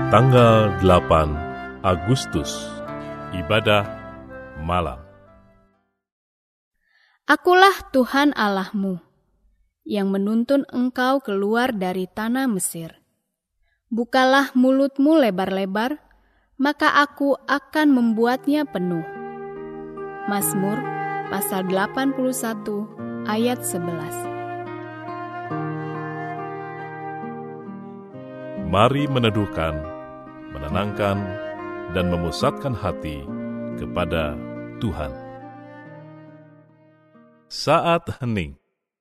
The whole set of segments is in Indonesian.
Tanggal 8 Agustus, ibadah malam. Akulah Tuhan Allahmu, yang menuntun engkau keluar dari tanah Mesir. Bukalah mulutmu lebar-lebar, maka aku akan membuatnya penuh. Mazmur pasal 81 ayat 11. Mari meneduhkan, menenangkan, dan memusatkan hati kepada Tuhan. Saat hening.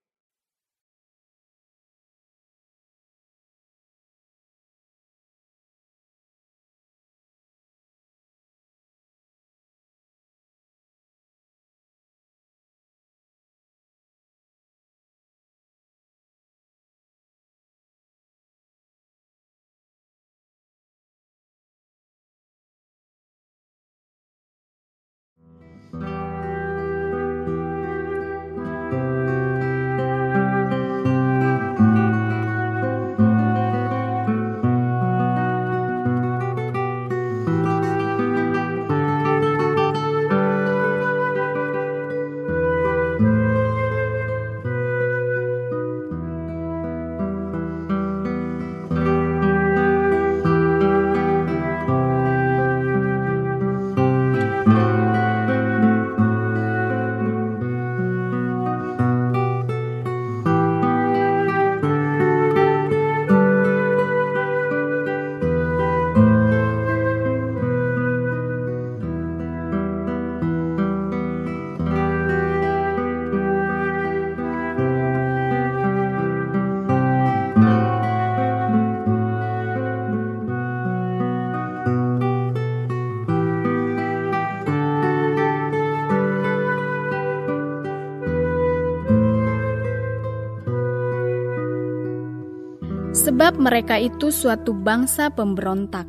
Sebab mereka itu suatu bangsa pemberontak,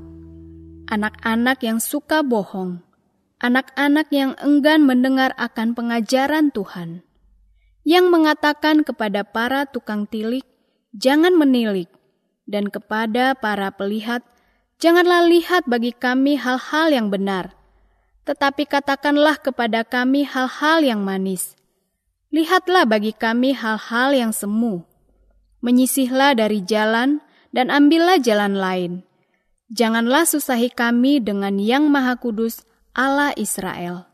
anak-anak yang suka bohong, anak-anak yang enggan mendengar akan pengajaran Tuhan, yang mengatakan kepada para tukang tilik, jangan menilik, dan kepada para pelihat, janganlah lihat bagi kami hal-hal yang benar, tetapi katakanlah kepada kami hal-hal yang manis. Lihatlah bagi kami hal-hal yang semu. Menyisihlah dari jalan dan ambillah jalan lain. Janganlah susahi kami dengan Yang Maha Kudus Allah Israel.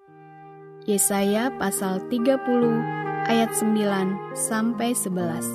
Yesaya pasal 30 ayat 9 sampai 11.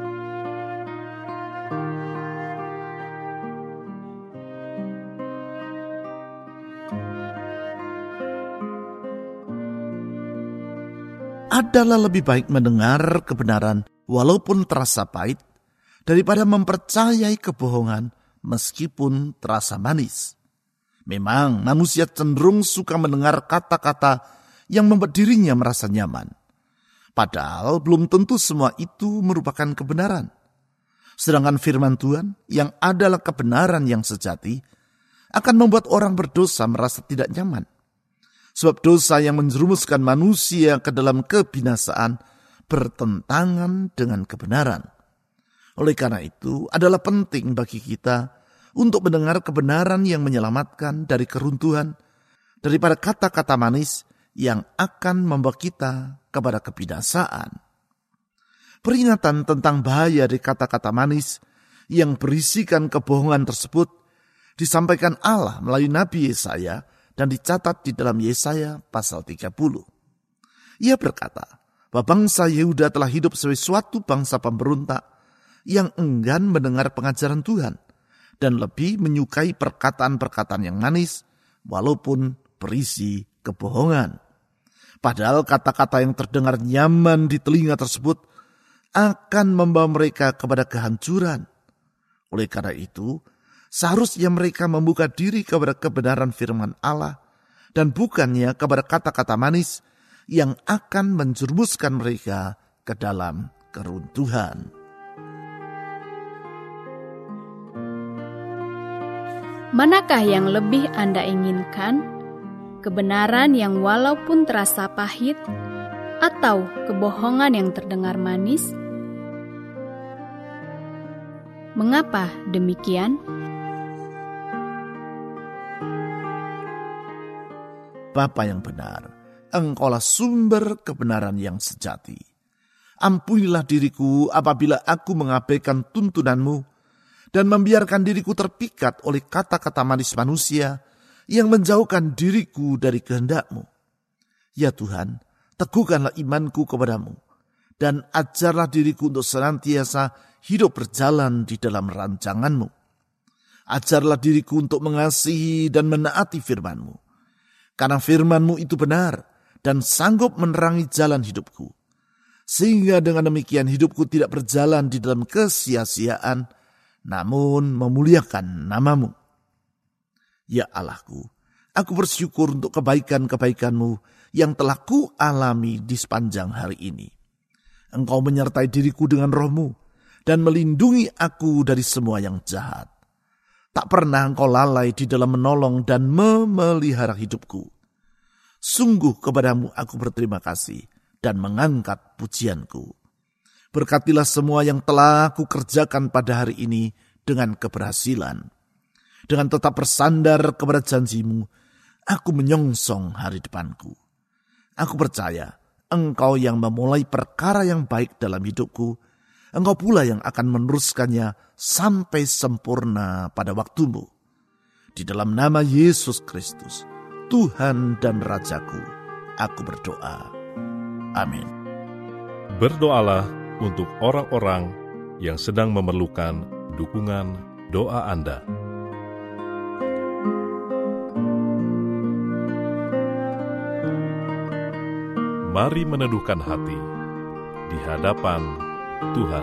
Adalah lebih baik mendengar kebenaran walaupun terasa pahit, daripada mempercayai kebohongan meskipun terasa manis. Memang manusia cenderung suka mendengar kata-kata yang membuat dirinya merasa nyaman. Padahal belum tentu semua itu merupakan kebenaran. Sedangkan firman Tuhan yang adalah kebenaran yang sejati akan membuat orang berdosa merasa tidak nyaman. Sebab dosa yang menjerumuskan manusia ke dalam kebinasaan bertentangan dengan kebenaran. Oleh karena itu, adalah penting bagi kita untuk mendengar kebenaran yang menyelamatkan dari keruntuhan, daripada kata-kata manis yang akan membawa kita kepada kebinasaan. Peringatan tentang bahaya dari kata-kata manis yang berisikan kebohongan tersebut disampaikan Allah melalui Nabi Yesaya dan dicatat di dalam Yesaya pasal 30. Ia berkata, bahwa bangsa Yehuda telah hidup sebagai suatu bangsa pemberontak yang enggan mendengar pengajaran Tuhan dan lebih menyukai perkataan-perkataan yang manis walaupun berisi kebohongan. Padahal kata-kata yang terdengar nyaman di telinga tersebut akan membawa mereka kepada kehancuran. Oleh karena itu, seharusnya mereka membuka diri kepada kebenaran firman Allah dan bukannya kepada kata-kata manis yang akan menjerumuskan mereka ke dalam keruntuhan. Manakah yang lebih Anda inginkan? Kebenaran yang walaupun terasa pahit, atau kebohongan yang terdengar manis? Mengapa demikian? Bapa yang benar, Engkaulah sumber kebenaran yang sejati. Ampunilah diriku apabila aku mengabaikan tuntunanmu dan membiarkan diriku terpikat oleh kata-kata manis manusia yang menjauhkan diriku dari kehendak-Mu. Ya Tuhan, teguhkanlah imanku kepadamu dan ajarlah diriku untuk senantiasa hidup berjalan di dalam rancangan-Mu. Ajarlah diriku untuk mengasihi dan menaati firman-Mu, karena firman-Mu itu benar dan sanggup menerangi jalan hidupku. Sehingga dengan demikian hidupku tidak berjalan di dalam kesia-siaan, namun memuliakan nama-Mu. Ya Allahku, aku bersyukur untuk kebaikan-kebaikan-Mu yang telah ku alami di sepanjang hari ini. Engkau menyertai diriku dengan roh-Mu dan melindungi aku dari semua yang jahat. Tak pernah Engkau lalai di dalam menolong dan memelihara hidupku. Sungguh kepadamu aku berterima kasih dan mengangkat pujianku. Berkatilah semua yang telah aku kerjakan pada hari ini dengan keberhasilan. Dengan tetap bersandar kepada janji-Mu, aku menyongsong hari depanku. Aku percaya Engkau yang memulai perkara yang baik dalam hidupku, Engkau pula yang akan meneruskannya sampai sempurna pada waktu-Mu. Di dalam nama Yesus Kristus, Tuhan dan Rajaku, aku berdoa. Amin. Berdoalah untuk orang-orang yang sedang memerlukan dukungan doa Anda. Mari meneduhkan hati di hadapan Tuhan.